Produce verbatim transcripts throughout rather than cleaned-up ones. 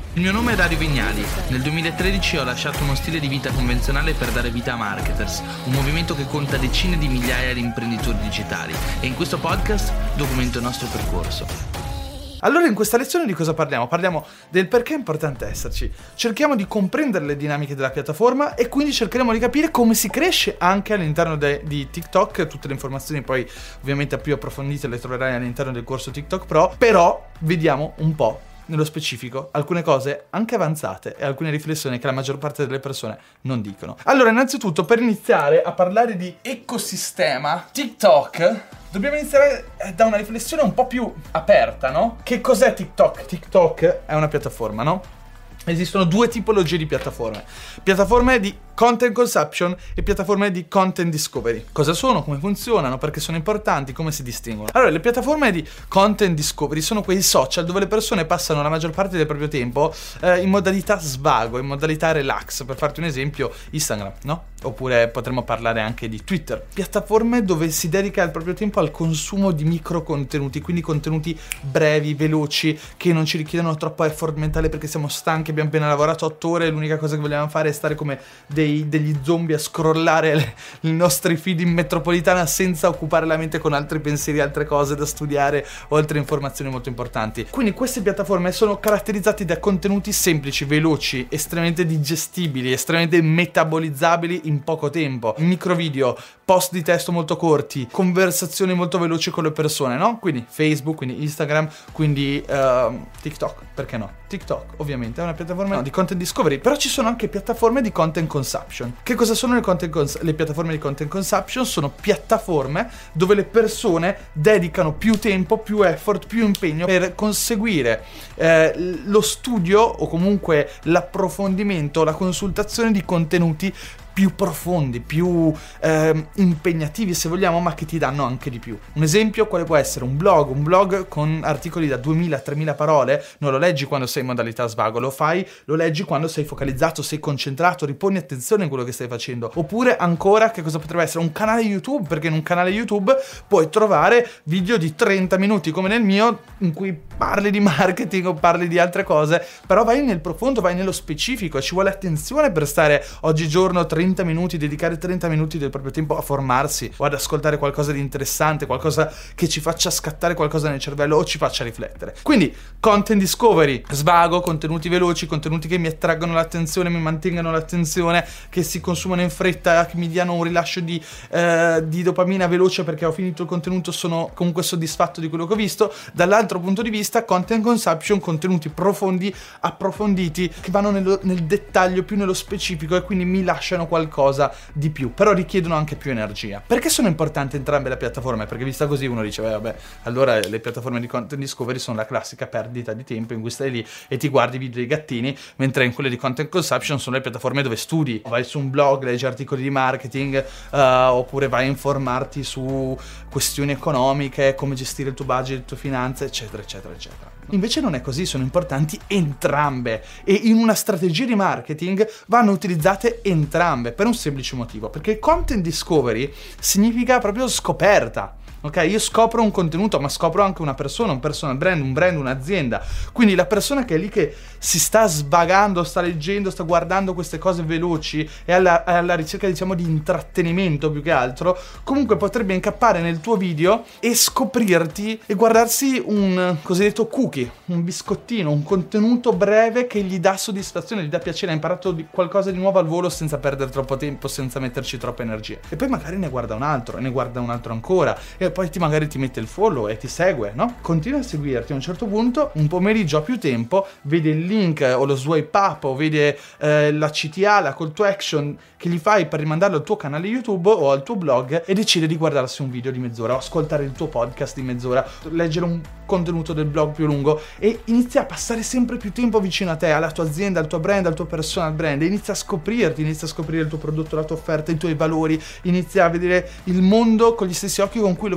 Il mio nome è Dario Vignali. Nel duemilatredici ho lasciato uno stile di vita convenzionale per dare vita a Marketers, un movimento che conta decine di migliaia di imprenditori digitali, e in questo podcast documento il nostro percorso. Allora, in questa lezione di cosa parliamo? Parliamo del perché è importante esserci. Cerchiamo di comprendere le dinamiche della piattaforma e quindi cercheremo di capire come si cresce anche all'interno de- di TikTok. Tutte le informazioni poi ovviamente più approfondite le troverai all'interno del corso TikTok Pro, però vediamo un po' nello specifico alcune cose anche avanzate e alcune riflessioni che la maggior parte delle persone non dicono. Allora, innanzitutto, per iniziare a parlare di ecosistema TikTok, dobbiamo iniziare da una riflessione un po' più aperta, no? Che cos'è TikTok? TikTok è una piattaforma, no? Esistono due tipologie di piattaforme. Piattaforme di content consumption e piattaforme di content discovery. Cosa sono? Come funzionano? Perché sono importanti? Come si distinguono? Allora, le piattaforme di content discovery sono quei social dove le persone passano la maggior parte del proprio tempo eh, in modalità svago, in modalità relax. Per farti un esempio, Instagram, no? Oppure potremmo parlare anche di Twitter. Piattaforme dove si dedica il proprio tempo al consumo di micro contenuti, quindi contenuti brevi, veloci, che non ci richiedono troppo effort mentale perché siamo stanchi, abbiamo appena lavorato otto ore e l'unica cosa che vogliamo fare è stare come dei degli zombie a scrollare le, i nostri feed in metropolitana senza occupare la mente con altri pensieri, altre cose da studiare o altre informazioni molto importanti. Quindi queste piattaforme sono caratterizzate da contenuti semplici, veloci, estremamente digestibili, estremamente metabolizzabili in poco tempo, micro video, post di testo molto corti, conversazioni molto veloci con le persone, no? Quindi Facebook, quindi Instagram, quindi uh, TikTok, perché no? TikTok ovviamente è una piattaforma no, di content discovery, però ci sono anche piattaforme di content consumption. Che cosa sono le, content cons- le piattaforme di content consumption? Sono piattaforme dove le persone dedicano più tempo, più effort, più impegno per conseguire eh, lo studio o comunque l'approfondimento, la consultazione di contenuti più profondi, più eh, impegnativi se vogliamo, ma che ti danno anche di più. Un esempio quale può essere un blog, un blog con articoli da duemila tremila parole, non lo leggi quando sei in modalità svago, lo fai, lo leggi quando sei focalizzato, sei concentrato, riponi attenzione in quello che stai facendo. Oppure ancora, che cosa potrebbe essere? Un canale YouTube, perché in un canale YouTube puoi trovare video di trenta minuti come nel mio, in cui parli di marketing o parli di altre cose, però vai nel profondo, vai nello specifico, ci vuole attenzione per stare oggigiorno trenta minuti, dedicare trenta minuti del proprio tempo a formarsi o ad ascoltare qualcosa di interessante, qualcosa che ci faccia scattare qualcosa nel cervello o ci faccia riflettere. Quindi content discovery, svago, contenuti veloci, contenuti che mi attraggono l'attenzione, mi mantengano l'attenzione, che si consumano in fretta, che mi diano un rilascio di, eh, di dopamina veloce perché ho finito il contenuto, sono comunque soddisfatto di quello che ho visto. Dall'altro punto di vista, content consumption, contenuti profondi, approfonditi, che vanno nello, nel dettaglio, più nello specifico, e quindi mi lasciano qualcosa di più, però richiedono anche più energia. Perché sono importanti entrambe le piattaforme? Perché vista così uno dice, beh, vabbè, allora le piattaforme di content discovery sono la classica perdita di tempo in cui stai lì e ti guardi video dei gattini, mentre in quelle di content consumption sono le piattaforme dove studi, vai su un blog, leggi articoli di marketing, uh, oppure vai a informarti su questioni economiche, come gestire il tuo budget, le tue finanze, eccetera, eccetera, eccetera. Invece non è così, sono importanti entrambe e in una strategia di marketing vanno utilizzate entrambe per un semplice motivo, perché il content discovery significa proprio scoperta. Ok, io scopro un contenuto, ma scopro anche una persona, un personal brand, un brand, un'azienda. Quindi la persona che è lì che si sta svagando, sta leggendo, sta guardando queste cose veloci e alla, alla ricerca, diciamo, di intrattenimento più che altro, comunque potrebbe incappare nel tuo video e scoprirti e guardarsi un cosiddetto cookie, un biscottino, un contenuto breve che gli dà soddisfazione, gli dà piacere, ha imparato di qualcosa di nuovo al volo senza perdere troppo tempo, senza metterci troppa energia. E poi magari ne guarda un altro, e ne guarda un altro ancora, e poi ti magari ti mette il follow e ti segue, no? Continua a seguirti, a un certo punto, un pomeriggio ha più tempo, vede il link o lo swipe up o vede eh, la C T A, la call to action che gli fai per rimandarlo al tuo canale YouTube o al tuo blog e decide di guardarsi un video di mezz'ora o ascoltare il tuo podcast di mezz'ora, leggere un contenuto del blog più lungo e inizia a passare sempre più tempo vicino a te, alla tua azienda, al tuo brand, al tuo personal brand, e inizia a scoprirti, inizia a scoprire il tuo prodotto, la tua offerta, i tuoi valori, inizia a vedere il mondo con gli stessi occhi con cui lo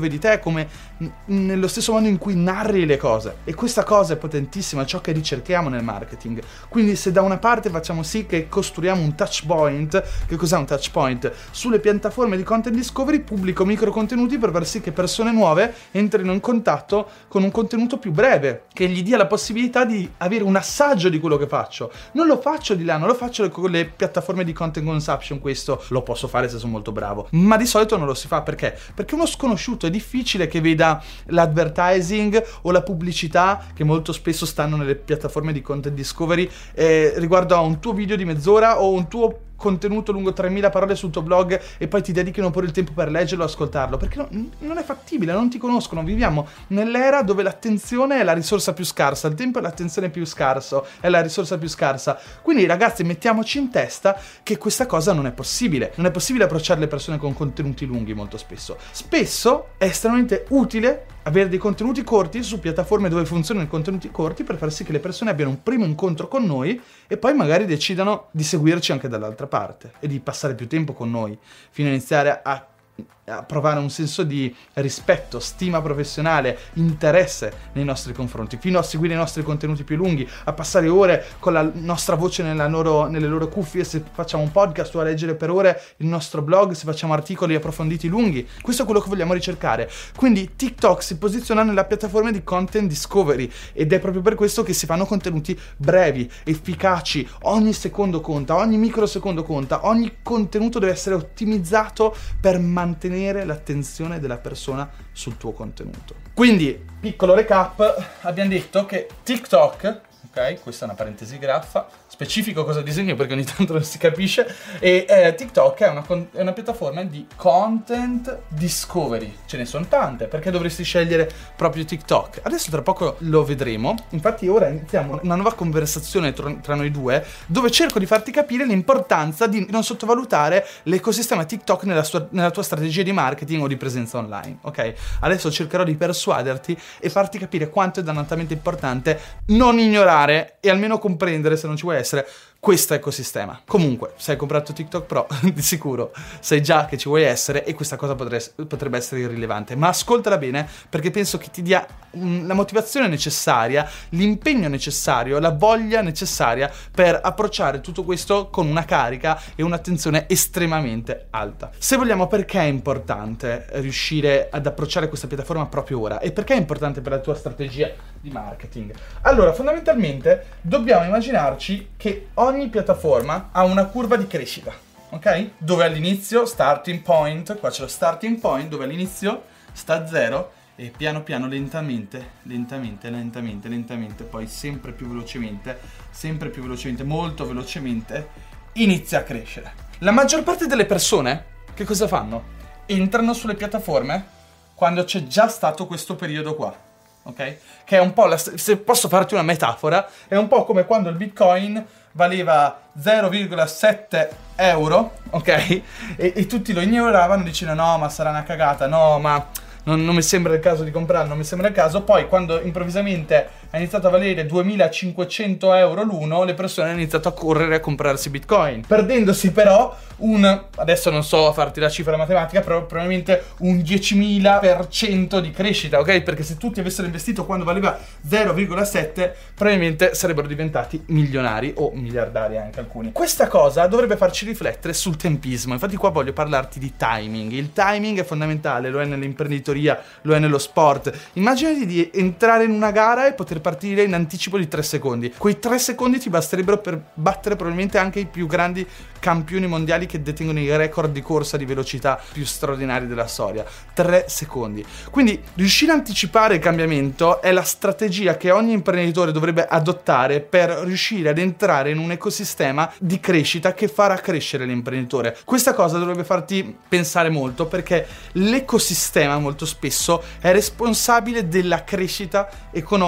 vedi te, come n- nello stesso modo in cui narri le cose. E questa cosa è potentissima, ciò che ricerchiamo nel marketing. Quindi se da una parte facciamo sì che costruiamo un touch point, che cos'è un touch point? Sulle piattaforme di content discovery pubblico micro contenuti per far sì che persone nuove entrino in contatto con un contenuto più breve, che gli dia la possibilità di avere un assaggio di quello che faccio. Non lo faccio di là, non lo faccio con le piattaforme di content consumption, questo lo posso fare se sono molto bravo, ma di solito non lo si fa. Perché? Perché uno sconosciuto è difficile che veda l'advertising o la pubblicità che molto spesso stanno nelle piattaforme di content discovery eh, riguardo a un tuo video di mezz'ora o un tuo contenuto lungo tremila parole sul tuo blog e poi ti dedichino pure il tempo per leggerlo e ascoltarlo, perché no, non è fattibile, non ti conoscono. Viviamo nell'era dove l'attenzione è la risorsa più scarsa, il tempo è l'attenzione più scarso, è la risorsa più scarsa. Quindi ragazzi, mettiamoci in testa che questa cosa non è possibile. Non è possibile approcciare le persone con contenuti lunghi molto spesso. Spesso è estremamente utile avere dei contenuti corti su piattaforme dove funzionano i contenuti corti per far sì che le persone abbiano un primo incontro con noi e poi magari decidano di seguirci anche dall'altra parte e di passare più tempo con noi fino a iniziare a a provare un senso di rispetto, stima professionale, interesse nei nostri confronti, fino a seguire i nostri contenuti più lunghi, a passare ore con la nostra voce nella loro, nelle loro cuffie se facciamo un podcast, o a leggere per ore il nostro blog se facciamo articoli approfonditi lunghi. Questo è quello che vogliamo ricercare. Quindi TikTok si posiziona nella piattaforma di content discovery ed è proprio per questo che si fanno contenuti brevi, efficaci, ogni secondo conta, ogni microsecondo conta, ogni contenuto deve essere ottimizzato per mantenere l'attenzione della persona sul tuo contenuto. Quindi, piccolo recap, abbiamo detto che TikTok, ok, questa è una parentesi graffa, specifico cosa disegno perché ogni tanto non si capisce, e eh, TikTok è una, è una piattaforma di content discovery. Ce ne sono tante, perché dovresti scegliere proprio TikTok? Adesso tra poco lo vedremo. Infatti ora iniziamo una nuova conversazione tra, tra noi due, dove cerco di farti capire l'importanza di non sottovalutare l'ecosistema TikTok nella, sua, nella tua strategia di marketing o di presenza online, ok? Adesso cercherò di persuaderti e farti capire quanto è dannatamente importante non ignorare e almeno comprendere, se non ci vuoi essere, questo ecosistema. Comunque, se hai comprato TikTok Pro, di sicuro sai già che ci vuoi essere e questa cosa potre, potrebbe essere irrilevante, ma ascoltala bene perché penso che ti dia um, la motivazione necessaria, l'impegno necessario, la voglia necessaria per approcciare tutto questo con una carica e un'attenzione estremamente alta. Se vogliamo, perché è importante riuscire ad approcciare questa piattaforma proprio ora e perché è importante per la tua strategia di marketing? Allora, fondamentalmente dobbiamo immaginarci che ogni piattaforma ha una curva di crescita, ok? Dove all'inizio, starting point, qua c'è lo starting point, dove all'inizio sta a zero e piano piano, lentamente, lentamente, lentamente, lentamente, poi sempre più velocemente, sempre più velocemente, molto velocemente, inizia a crescere. La maggior parte delle persone, che cosa fanno? Entrano sulle piattaforme quando c'è già stato questo periodo qua, ok? Che è un po', la, se posso farti una metafora, è un po' come quando il Bitcoin valeva zero virgola sette euro, ok? E, e tutti lo ignoravano dicendo no, ma sarà una cagata, no, ma non, non mi sembra il caso di comprarlo, non mi sembra il caso. Poi quando improvvisamente ha iniziato a valere duemilacinquecento euro l'uno, le persone hanno iniziato a correre a comprarsi Bitcoin, perdendosi però un, adesso non so farti la cifra matematica, però probabilmente un diecimila per cento di crescita, ok? Perché se tutti avessero investito quando valeva zero virgola sette, probabilmente sarebbero diventati milionari o miliardari anche alcuni. Questa cosa dovrebbe farci riflettere sul tempismo. Infatti qua voglio parlarti di timing. Il timing è fondamentale, lo è nell'imprenditoria, lo è nello sport. Immaginati di entrare in una gara e poter partire in anticipo di tre secondi. Quei tre secondi ti basterebbero per battere probabilmente anche i più grandi campioni mondiali che detengono i record di corsa di velocità più straordinari della storia. Tre secondi. Quindi riuscire a anticipare il cambiamento è la strategia che ogni imprenditore dovrebbe adottare per riuscire ad entrare in un ecosistema di crescita che farà crescere l'imprenditore. Questa cosa dovrebbe farti pensare molto, perché l'ecosistema molto spesso è responsabile della crescita economica,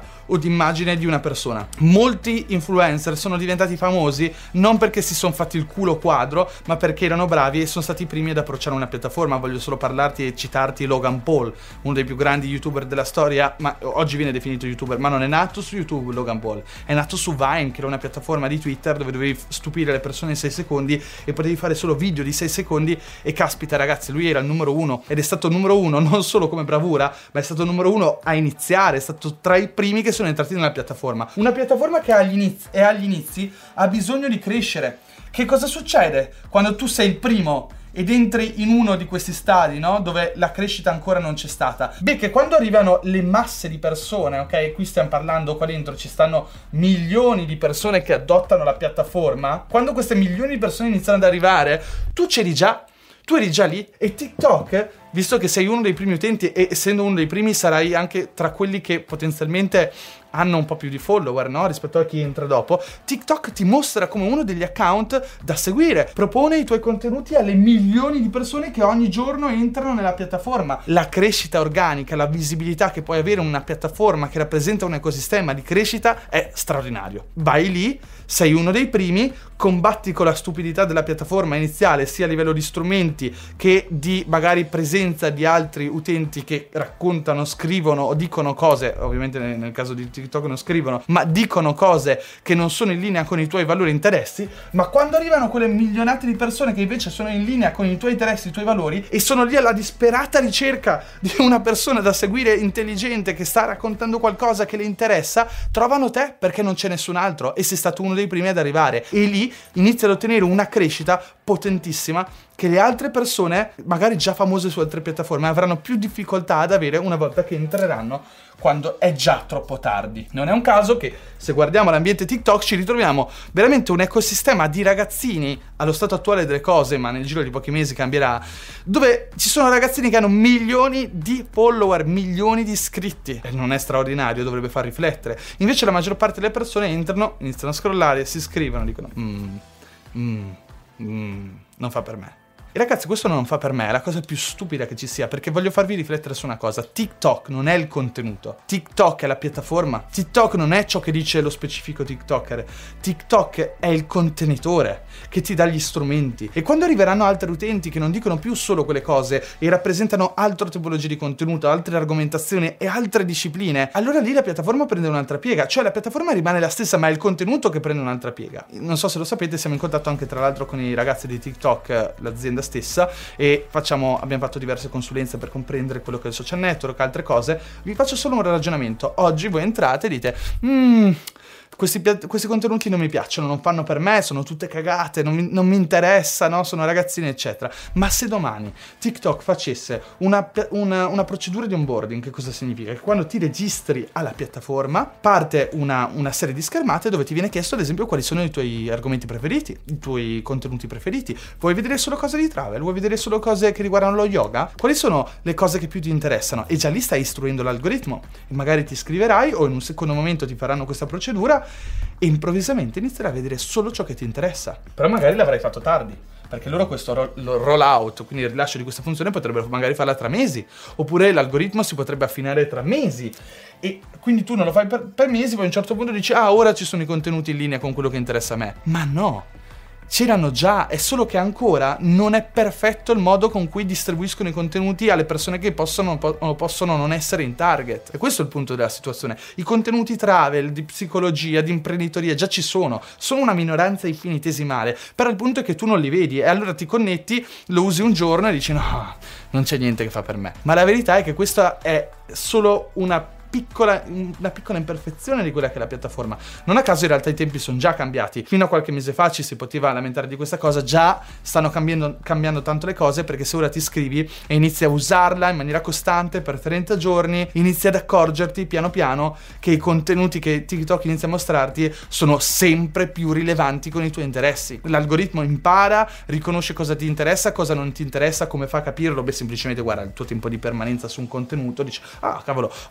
o di immagine di una persona. Molti influencer sono diventati famosi non perché si sono fatti il culo quadro, ma perché erano bravi e sono stati i primi ad approcciare una piattaforma. Voglio solo parlarti e citarti Logan Paul, uno dei più grandi youtuber della storia, ma oggi viene definito youtuber, ma non è nato su YouTube Logan Paul, è nato su Vine, che era una piattaforma di Twitter dove dovevi stupire le persone in sei secondi e potevi fare solo video di sei secondi. E caspita ragazzi, lui era il numero uno ed è stato il numero uno non solo come bravura, ma è stato il numero uno a iniziare, è stato tra i primi che sono entrati nella piattaforma. Una piattaforma che agli inizi, è agli inizi ha bisogno di crescere. Che cosa succede quando tu sei il primo ed entri in uno di questi stadi, no? Dove la crescita ancora non c'è stata? Beh, che quando arrivano le masse di persone, ok? Qui stiamo parlando, qua dentro ci stanno milioni di persone che adottano la piattaforma. Quando queste milioni di persone iniziano ad arrivare, tu c'eri già. Tu eri già lì e TikTok, visto che sei uno dei primi utenti e essendo uno dei primi sarai anche tra quelli che potenzialmente hanno un po' più di follower, no? Rispetto a chi entra dopo, TikTok ti mostra come uno degli account da seguire, propone i tuoi contenuti alle milioni di persone che ogni giorno entrano nella piattaforma. La crescita organica, la visibilità che puoi avere in una piattaforma che rappresenta un ecosistema di crescita è straordinario. Vai lì, sei uno dei primi, combatti con la stupidità della piattaforma iniziale, sia a livello di strumenti che di magari presenza di altri utenti che raccontano, scrivono o dicono cose, ovviamente nel, nel caso di TikTok non scrivono, ma dicono cose che non sono in linea con i tuoi valori e interessi. Ma quando arrivano quelle milionate di persone che invece sono in linea con i tuoi interessi, i tuoi valori, e sono lì alla disperata ricerca di una persona da seguire intelligente che sta raccontando qualcosa che le interessa, trovano te perché non c'è nessun altro e sei stato uno dei primi ad arrivare, e lì inizi ad ottenere una crescita potentissima che le altre persone, magari già famose su altre piattaforme, avranno più difficoltà ad avere una volta che entreranno, quando è già troppo tardi. Non è un caso che, se guardiamo l'ambiente TikTok, ci ritroviamo veramente un ecosistema di ragazzini allo stato attuale delle cose, ma nel giro di pochi mesi cambierà, dove ci sono ragazzini che hanno milioni di follower, milioni di iscritti. E non è straordinario, dovrebbe far riflettere. Invece la maggior parte delle persone entrano, iniziano a scrollare, si iscrivono, dicono mm, mm, mm, non fa per me. E ragazzi, questo non fa per me, è la cosa più stupida che ci sia, perché voglio farvi riflettere su una cosa. TikTok non è il contenuto, TikTok è la piattaforma, TikTok non è ciò che dice lo specifico TikToker, TikTok è il contenitore che ti dà gli strumenti. E quando arriveranno altri utenti che non dicono più solo quelle cose e rappresentano altre tipologie di contenuto, altre argomentazioni e altre discipline, allora lì la piattaforma prende un'altra piega. Cioè la piattaforma rimane la stessa, ma è il contenuto che prende un'altra piega. Non so se lo sapete, siamo in contatto anche tra l'altro con i ragazzi di TikTok, l'azienda stessa, e facciamo, abbiamo fatto diverse consulenze per comprendere quello che è il social network, altre cose. Vi faccio solo un ragionamento. Oggi voi entrate e dite mmm, questi, questi contenuti non mi piacciono, non fanno per me, sono tutte cagate, non mi, non mi interessa, no? Sono ragazzini eccetera. Ma se domani TikTok facesse una, una, una procedura di onboarding, che cosa significa? Che quando ti registri alla piattaforma parte una, una serie di schermate dove ti viene chiesto ad esempio quali sono i tuoi argomenti preferiti, i tuoi contenuti preferiti. Vuoi vedere solo cose di travel? Vuoi vedere solo cose che riguardano lo yoga? Quali sono le cose che più ti interessano? E già lì stai istruendo l'algoritmo e magari ti iscriverai o in un secondo momento ti faranno questa procedura e improvvisamente inizierai a vedere solo ciò che ti interessa. Però magari l'avrai fatto tardi, perché loro questo ro- roll out, quindi il rilascio di questa funzione, potrebbero magari farla tra mesi, oppure l'algoritmo si potrebbe affinare tra mesi, e quindi tu non lo fai per, per mesi, poi a un certo punto dici ah, ora ci sono i contenuti in linea con quello che interessa a me. Ma no, c'erano già, è solo che ancora non è perfetto il modo con cui distribuiscono i contenuti alle persone che possono o possono non essere in target. E questo è il punto della situazione. I contenuti travel, di psicologia, di imprenditoria già ci sono, sono una minoranza infinitesimale, però il punto è che tu non li vedi e allora ti connetti, lo usi un giorno e dici no, non c'è niente che fa per me. Ma la verità è che questa è solo una piccola, una piccola imperfezione di quella che è la piattaforma. Non a caso in realtà i tempi sono già cambiati. Fino a qualche mese fa ci si poteva lamentare di questa cosa, già stanno cambiando, cambiando tanto le cose, perché se ora ti iscrivi e inizi a usarla in maniera costante per trenta giorni, inizi ad accorgerti piano piano che i contenuti che TikTok inizia a mostrarti sono sempre più rilevanti con i tuoi interessi. L'algoritmo impara, riconosce cosa ti interessa, cosa non ti interessa. Come fa a capirlo? Beh, semplicemente guarda il tuo tempo di permanenza su un contenuto, dici ah cavolo, ogni volta che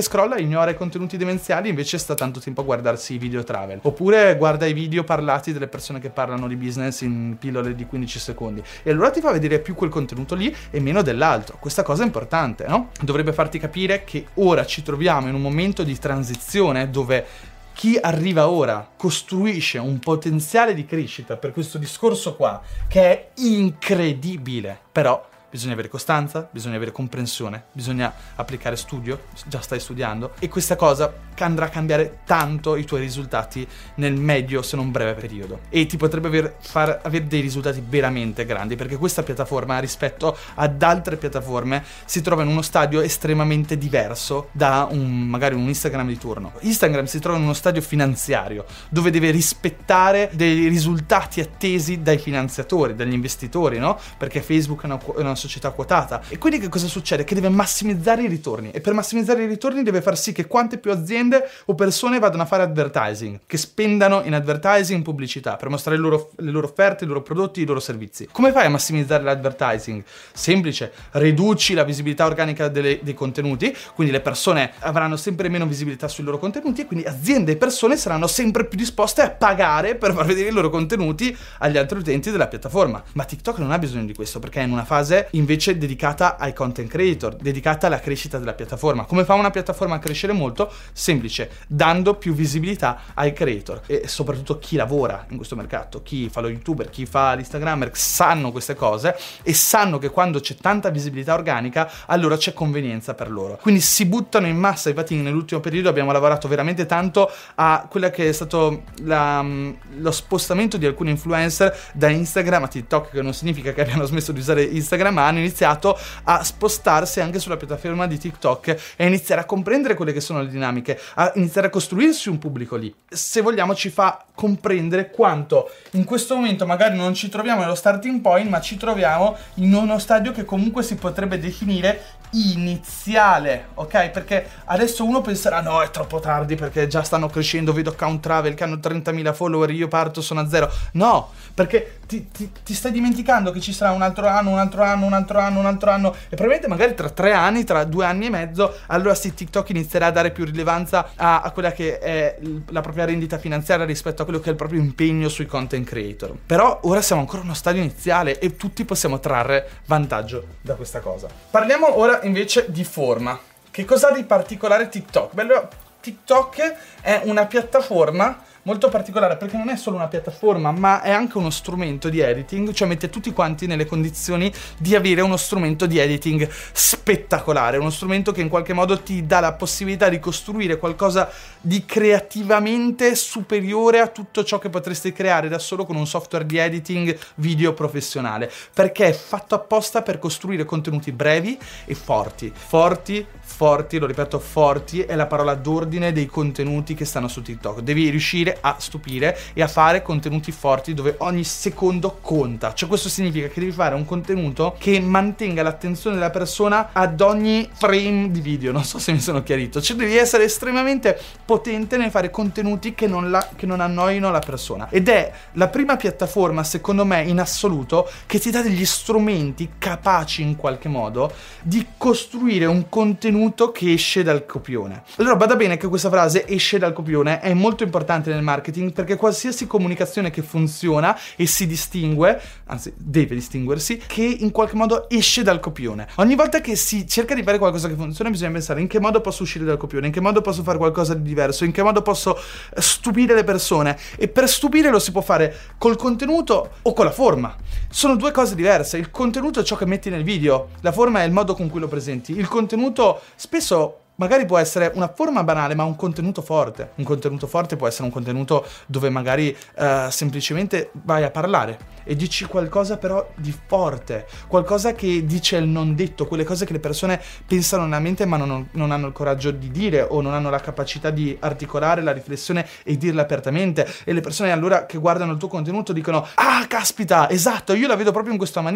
scrolla e ignora i contenuti demenziali, invece sta tanto tempo a guardarsi i video travel. Oppure guarda i video parlati delle persone che parlano di business in pillole di quindici secondi. E allora ti fa vedere più quel contenuto lì e meno dell'altro. Questa cosa è importante, no? Dovrebbe farti capire che ora ci troviamo in un momento di transizione dove chi arriva ora costruisce un potenziale di crescita per questo discorso qua che è incredibile. Però bisogna avere costanza, bisogna avere comprensione, bisogna applicare studio, già stai studiando, e questa cosa andrà a cambiare tanto i tuoi risultati nel medio se non breve periodo, e ti potrebbe aver, far avere dei risultati veramente grandi, perché questa piattaforma rispetto ad altre piattaforme si trova in uno stadio estremamente diverso da un magari un Instagram di turno. Instagram si trova in uno stadio finanziario dove deve rispettare dei risultati attesi dai finanziatori, dagli investitori, no? Perché Facebook è una, è una società quotata, e quindi che cosa succede? Che deve massimizzare i ritorni, e per massimizzare i ritorni deve far sì che quante più aziende o persone vadano a fare advertising, che spendano in advertising, pubblicità per mostrare le loro, le loro offerte, i loro prodotti, i loro servizi. Come fai a massimizzare l'advertising? Semplice: riduci la visibilità organica delle, dei contenuti, quindi le persone avranno sempre meno visibilità sui loro contenuti, e quindi aziende e persone saranno sempre più disposte a pagare per far vedere i loro contenuti agli altri utenti della piattaforma. Ma TikTok non ha bisogno di questo, perché è in una fase invece dedicata ai content creator, dedicata alla crescita della piattaforma. Come fa una piattaforma a crescere molto? Semplice: dando più visibilità ai creator, e soprattutto chi lavora in questo mercato, chi fa lo youtuber, chi fa l'instagrammer, sanno queste cose e sanno che quando c'è tanta visibilità organica allora c'è convenienza per loro, quindi si buttano in massa. Infatti nell'ultimo periodo abbiamo lavorato veramente tanto a quella che è stato la, lo spostamento di alcuni influencer da Instagram a TikTok, che non significa che abbiano smesso di usare Instagram, ma hanno iniziato a spostarsi anche sulla piattaforma di TikTok e iniziare a comprendere quelle che sono le dinamiche, a iniziare a costruirsi un pubblico lì. Se vogliamo, ci fa comprendere quanto in questo momento magari non ci troviamo nello starting point, ma ci troviamo in uno stadio che comunque si potrebbe definire iniziale, ok? Perché adesso uno penserà: no, è troppo tardi perché già stanno crescendo, vedo Account Travel che hanno trentamila follower, io parto, sono a zero. No, perché ti, ti, ti stai dimenticando che ci sarà un altro anno, un altro anno, un altro anno, un altro anno, e probabilmente magari tra tre anni, tra due anni e mezzo, allora sì, TikTok inizierà a dare più rilevanza a, a quella che è la propria rendita finanziaria rispetto a quello che è il proprio impegno sui content creator. Però ora siamo ancora a uno stadio iniziale e tutti possiamo trarre vantaggio da questa cosa. Parliamo ora invece di forma. Che cosa ha di particolare TikTok? Bello, TikTok è una piattaforma molto particolare, perché non è solo una piattaforma, ma è anche uno strumento di editing, cioè mette tutti quanti nelle condizioni di avere uno strumento di editing spettacolare, uno strumento che in qualche modo ti dà la possibilità di costruire qualcosa di creativamente superiore a tutto ciò che potresti creare da solo con un software di editing video professionale, perché è fatto apposta per costruire contenuti brevi e forti. Forti, forti, lo ripeto, forti è la parola d'ordine dei contenuti che stanno su TikTok. Devi riuscire a stupire e a fare contenuti forti dove ogni secondo conta. Cioè, questo significa che devi fare un contenuto che mantenga l'attenzione della persona ad ogni frame di video. Non so se mi sono chiarito. Cioè, devi essere estremamente potente nel fare contenuti che non, la, che non annoino la persona. Ed è la prima piattaforma, secondo me, in assoluto, che ti dà degli strumenti capaci in qualche modo di costruire un contenuto che esce dal copione. Allora, bada bene che questa frase esce dal copione è molto importante nel marketing, perché qualsiasi comunicazione che funziona e si distingue, anzi deve distinguersi, che in qualche modo esce dal copione. Ogni volta che si cerca di fare qualcosa che funziona bisogna pensare: in che modo posso uscire dal copione, in che modo posso fare qualcosa di diverso, in che modo posso stupire le persone. E per stupire lo si può fare col contenuto o con la forma. Sono due cose diverse. Il contenuto è ciò che metti nel video, la forma è il modo con cui lo presenti. Il contenuto spesso magari può essere una forma banale, ma un contenuto forte. Un contenuto forte può essere un contenuto dove magari uh, semplicemente vai a parlare e dici qualcosa però di forte, qualcosa che dice il non detto, quelle cose che le persone pensano nella mente ma non, non hanno il coraggio di dire, o non hanno la capacità di articolare la riflessione e dirla apertamente. E le persone allora che guardano il tuo contenuto dicono: ah, caspita, esatto, io la vedo proprio in questa maniera.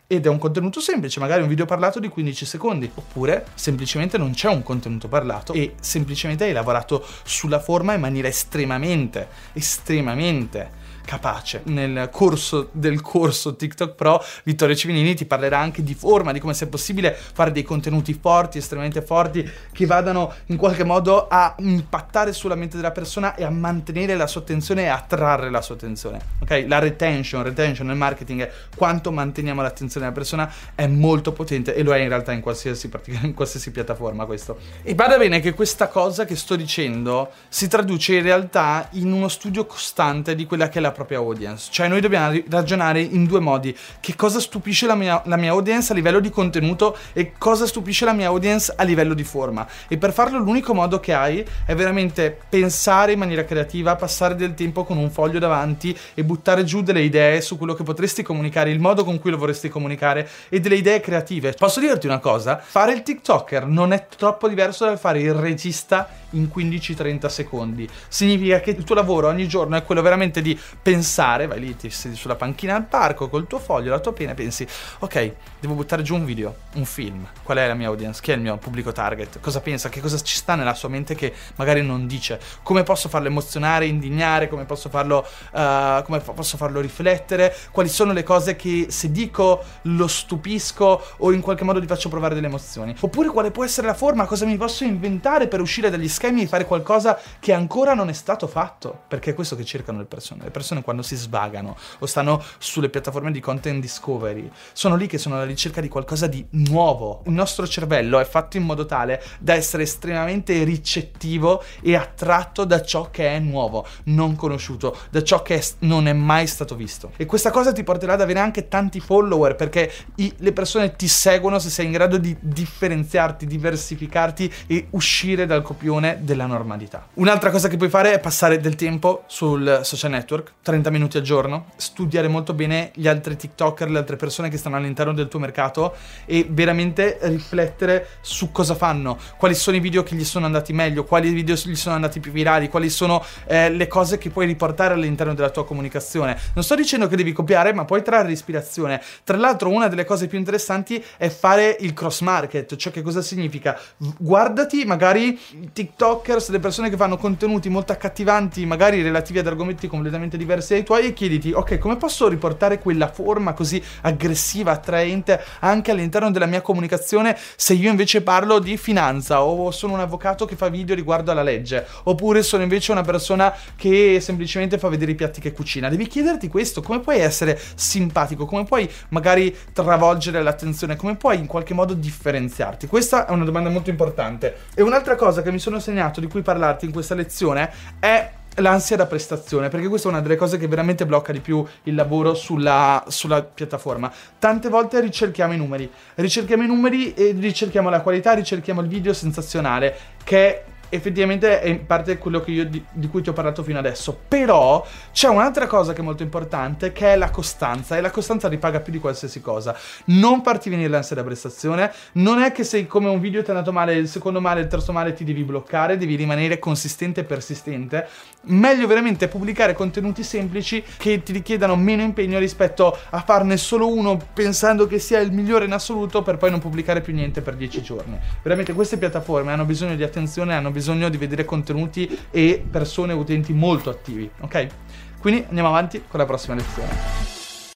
ed è un contenuto semplice, magari un video parlato di quindici secondi, oppure semplicemente non c'è un contenuto parlato e semplicemente hai lavorato sulla forma in maniera estremamente, estremamente capace. Nel corso del corso TikTok Pro, Vittorio Ciminini ti parlerà anche di forma, di come sia possibile fare dei contenuti forti, estremamente forti, che vadano in qualche modo a impattare sulla mente della persona e a mantenere la sua attenzione e attrarre la sua attenzione. Ok? La retention, retention nel marketing è quanto manteniamo l'attenzione della persona, è molto potente e lo è in realtà in qualsiasi, in qualsiasi piattaforma questo. E bada bene che questa cosa che sto dicendo si traduce in realtà in uno studio costante di quella che è la propria audience. Cioè noi dobbiamo ragionare in due modi: che cosa stupisce la mia, la mia audience a livello di contenuto e cosa stupisce la mia audience a livello di forma. E per farlo l'unico modo che hai è veramente pensare in maniera creativa, passare del tempo con un foglio davanti e buttare giù delle idee su quello che potresti comunicare, il modo con cui lo vorresti comunicare e delle idee creative. Posso dirti una cosa? Fare il TikToker non è troppo diverso dal fare il regista in quindici trenta secondi. Significa che il tuo lavoro ogni giorno è quello veramente di pensare, vai lì, ti siedi sulla panchina al parco col tuo foglio, la tua penna e pensi: ok, devo buttare giù un video, un film, qual è la mia audience, chi è il mio pubblico target, cosa pensa, che cosa ci sta nella sua mente che magari non dice, come posso farlo emozionare, indignare, come posso farlo uh, come posso farlo riflettere, quali sono le cose che se dico lo stupisco o in qualche modo gli faccio provare delle emozioni, oppure quale può essere la forma, cosa mi posso inventare per uscire dagli schemi e fare qualcosa che ancora non è stato fatto, perché è questo che cercano le persone. Le persone quando si svagano o stanno sulle piattaforme di content discovery sono lì che sono alla ricerca di qualcosa di nuovo. Il nostro cervello è fatto in modo tale da essere estremamente ricettivo e attratto da ciò che è nuovo, non conosciuto, da ciò che è, non è mai stato visto. E questa cosa ti porterà ad avere anche tanti follower, perché i, le persone ti seguono se sei in grado di differenziarti, diversificarti e uscire dal copione della normalità. Un'altra cosa che puoi fare è passare del tempo sul social network, trenta minuti al giorno, studiare molto bene gli altri TikToker, le altre persone che stanno all'interno del tuo mercato e veramente riflettere su cosa fanno, quali sono i video che gli sono andati meglio, quali video gli sono andati più virali, quali sono eh, le cose che puoi riportare all'interno della tua comunicazione. Non sto dicendo che devi copiare, ma puoi trarre ispirazione. Tra l'altro, una delle cose più interessanti è fare il cross market. Cioè, che cosa significa? Guardati magari TikTokers, le persone che fanno contenuti molto accattivanti, magari relativi ad argomenti completamente diversi dai tuoi, e chiediti: ok, come posso riportare quella forma così aggressiva, attraente anche all'interno della mia comunicazione, se io invece parlo di finanza, o sono un avvocato che fa video riguardo alla legge, oppure sono invece una persona che semplicemente fa vedere i piatti che cucina. Devi chiederti questo: come puoi essere simpatico, come puoi magari travolgere l'attenzione, come puoi in qualche modo differenziarti. Questa è una domanda molto importante. E un'altra cosa che mi sono segnato di cui parlarti in questa lezione è l'ansia da prestazione, perché questa è una delle cose che veramente blocca di più il lavoro sulla, sulla piattaforma. Tante volte ricerchiamo i numeri, ricerchiamo i numeri e ricerchiamo la qualità, ricerchiamo il video sensazionale, che effettivamente è in parte quello che io di, di cui ti ho parlato fino adesso. Però c'è un'altra cosa che è molto importante, che è la costanza, e la costanza ripaga più di qualsiasi cosa. Non farti venire l'ansia da prestazione. Non è che se come un video ti è andato male, il secondo male, il terzo male ti devi bloccare, devi rimanere consistente e persistente. Meglio veramente pubblicare contenuti semplici che ti richiedano meno impegno rispetto a farne solo uno pensando che sia il migliore in assoluto per poi non pubblicare più niente per dieci giorni. Veramente queste piattaforme hanno bisogno di attenzione, hanno bisogno di vedere contenuti e persone, utenti molto attivi, ok? Quindi andiamo avanti con la prossima lezione.